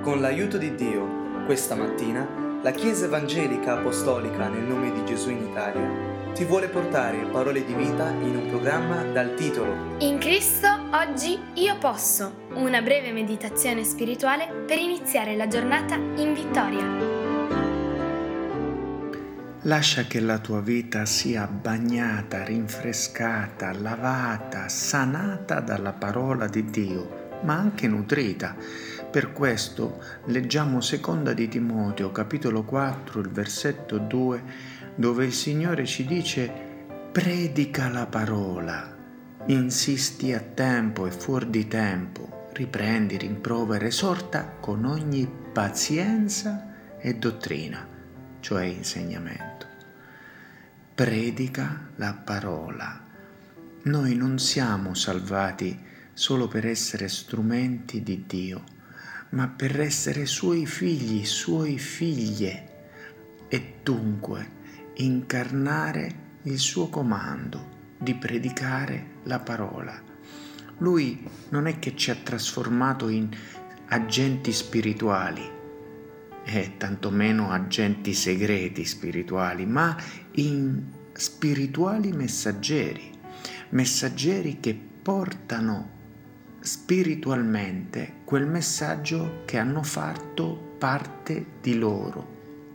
Con l'aiuto di Dio, questa mattina, la Chiesa Evangelica Apostolica nel nome di Gesù in Italia ti vuole portare parole di vita in un programma dal titolo In Cristo oggi io posso, una breve meditazione spirituale per iniziare la giornata in vittoria. Lascia che la tua vita sia bagnata, rinfrescata, lavata, sanata dalla parola di Dio, ma anche nutrita. Per questo leggiamo seconda di Timoteo, capitolo 4, il versetto 2, dove il Signore ci dice: predica la parola, insisti a tempo e fuori di tempo, riprendi, rimprovera, esorta con ogni pazienza e dottrina, cioè insegnamento. Predica la parola. Noi non siamo salvati solo per essere strumenti di Dio, ma per essere Suoi figli, Suoi figlie, e dunque incarnare il Suo comando di predicare la parola. Lui non è che ci ha trasformato in agenti spirituali, e tantomeno agenti segreti spirituali, ma in spirituali messaggeri che portano spiritualmente quel messaggio che hanno fatto parte di loro.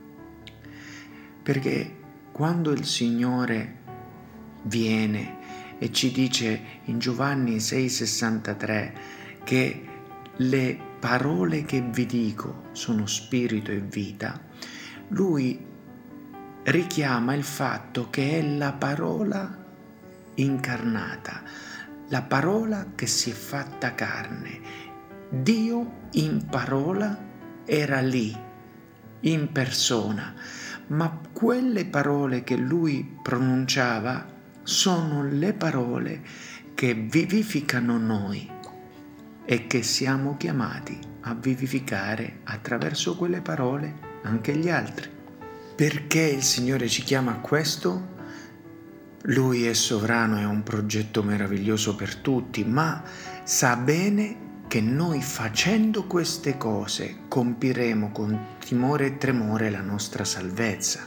Perché quando il Signore viene e ci dice in Giovanni 6,63 che le parole che vi dico sono spirito e vita, Lui richiama il fatto che è la parola incarnata, la parola che si è fatta carne. Dio in parola era lì, in persona, ma quelle parole che Lui pronunciava sono le parole che vivificano noi e che siamo chiamati a vivificare attraverso quelle parole anche gli altri. Perché il Signore ci chiama a questo? Lui è sovrano, è un progetto meraviglioso per tutti, ma sa bene che noi facendo queste cose compiremo con timore e tremore la nostra salvezza.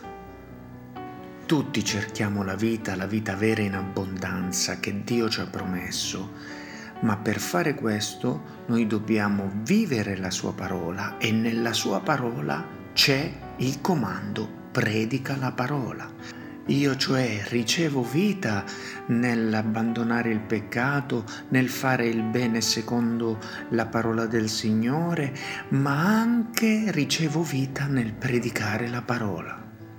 Tutti cerchiamo la vita vera in abbondanza che Dio ci ha promesso, ma per fare questo noi dobbiamo vivere la Sua parola, e nella Sua parola c'è il comando: predica la parola. Io cioè ricevo vita nell'abbandonare il peccato, nel fare il bene secondo la parola del Signore, ma anche ricevo vita nel predicare la parola.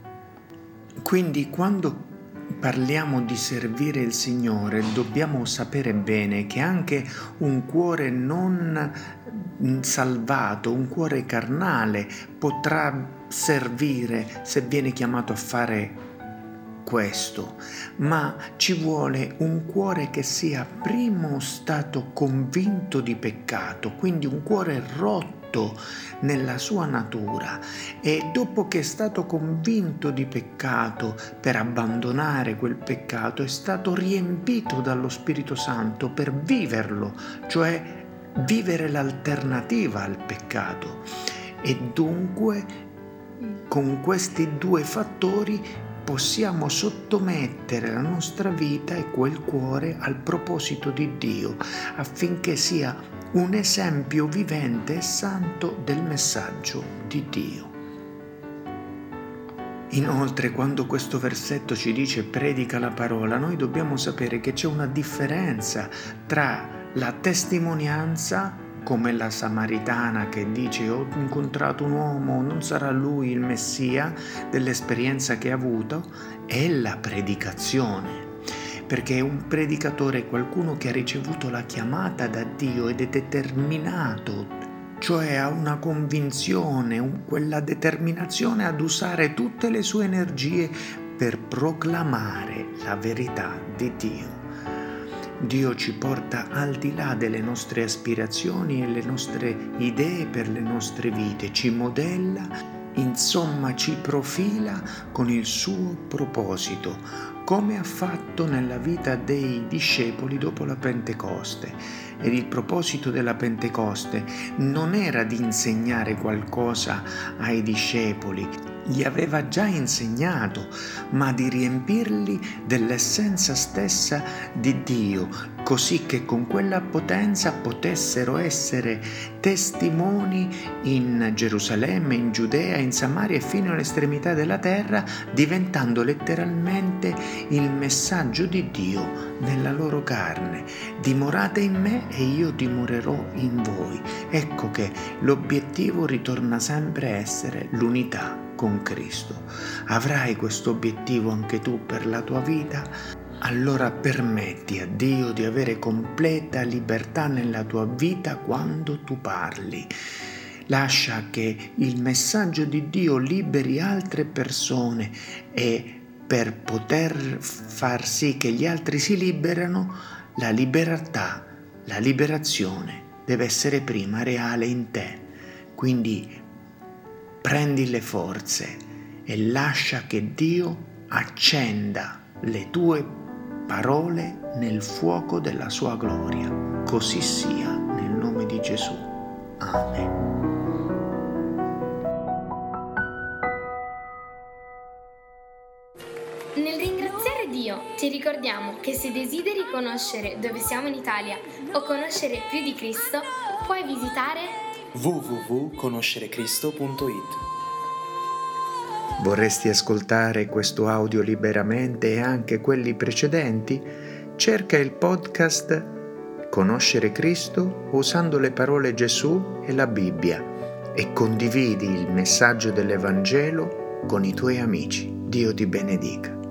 Quindi quando parliamo di servire il Signore, dobbiamo sapere bene che anche un cuore non salvato, un cuore carnale, potrà servire se viene chiamato a fare questo, ma ci vuole un cuore che sia primo stato convinto di peccato, quindi un cuore rotto nella sua natura, e dopo che è stato convinto di peccato, per abbandonare quel peccato è stato riempito dallo Spirito Santo per viverlo, cioè vivere l'alternativa al peccato. E dunque con questi due fattori possiamo sottomettere la nostra vita e quel cuore al proposito di Dio, affinché sia un esempio vivente e santo del messaggio di Dio. Inoltre, quando questo versetto ci dice predica la parola, noi dobbiamo sapere che c'è una differenza tra la testimonianza, come la Samaritana che dice ho incontrato un uomo, non sarà lui il Messia, dell'esperienza che ha avuto, e la predicazione. Perché un predicatore è qualcuno che ha ricevuto la chiamata da Dio ed è determinato, cioè ha una convinzione, quella determinazione ad usare tutte le sue energie per proclamare la verità di Dio. Dio ci porta al di là delle nostre aspirazioni e le nostre idee per le nostre vite, ci modella, insomma ci profila con il suo proposito, come ha fatto nella vita dei discepoli dopo la Pentecoste. Ed il proposito della Pentecoste non era di insegnare qualcosa ai discepoli, gli aveva già insegnato, ma di riempirli dell'essenza stessa di Dio, così che con quella potenza potessero essere testimoni in Gerusalemme, in Giudea, in Samaria e fino all'estremità della terra, diventando letteralmente il messaggio di Dio nella loro carne. Dimorate in me e io dimorerò in voi. Ecco che l'obiettivo ritorna sempre a essere l'unità con Cristo. Avrai questo obiettivo anche tu per la tua vita? Allora permetti a Dio di avere completa libertà nella tua vita quando tu parli. Lascia che il messaggio di Dio liberi altre persone e per poter far sì che gli altri si liberano, la libertà, la liberazione deve essere prima reale in te. Quindi prendi le forze e lascia che Dio accenda le tue parole nel fuoco della sua gloria. Così sia, nel nome di Gesù. Amen. Nel ringraziare Dio ti ricordiamo che se desideri conoscere dove siamo in Italia o conoscere più di Cristo, puoi visitare www.conoscerecristo.it. Vorresti ascoltare questo audio liberamente e anche quelli precedenti? Cerca il podcast Conoscere Cristo usando le parole Gesù e la Bibbia e condividi il messaggio dell'Evangelo con i tuoi amici. Dio ti benedica.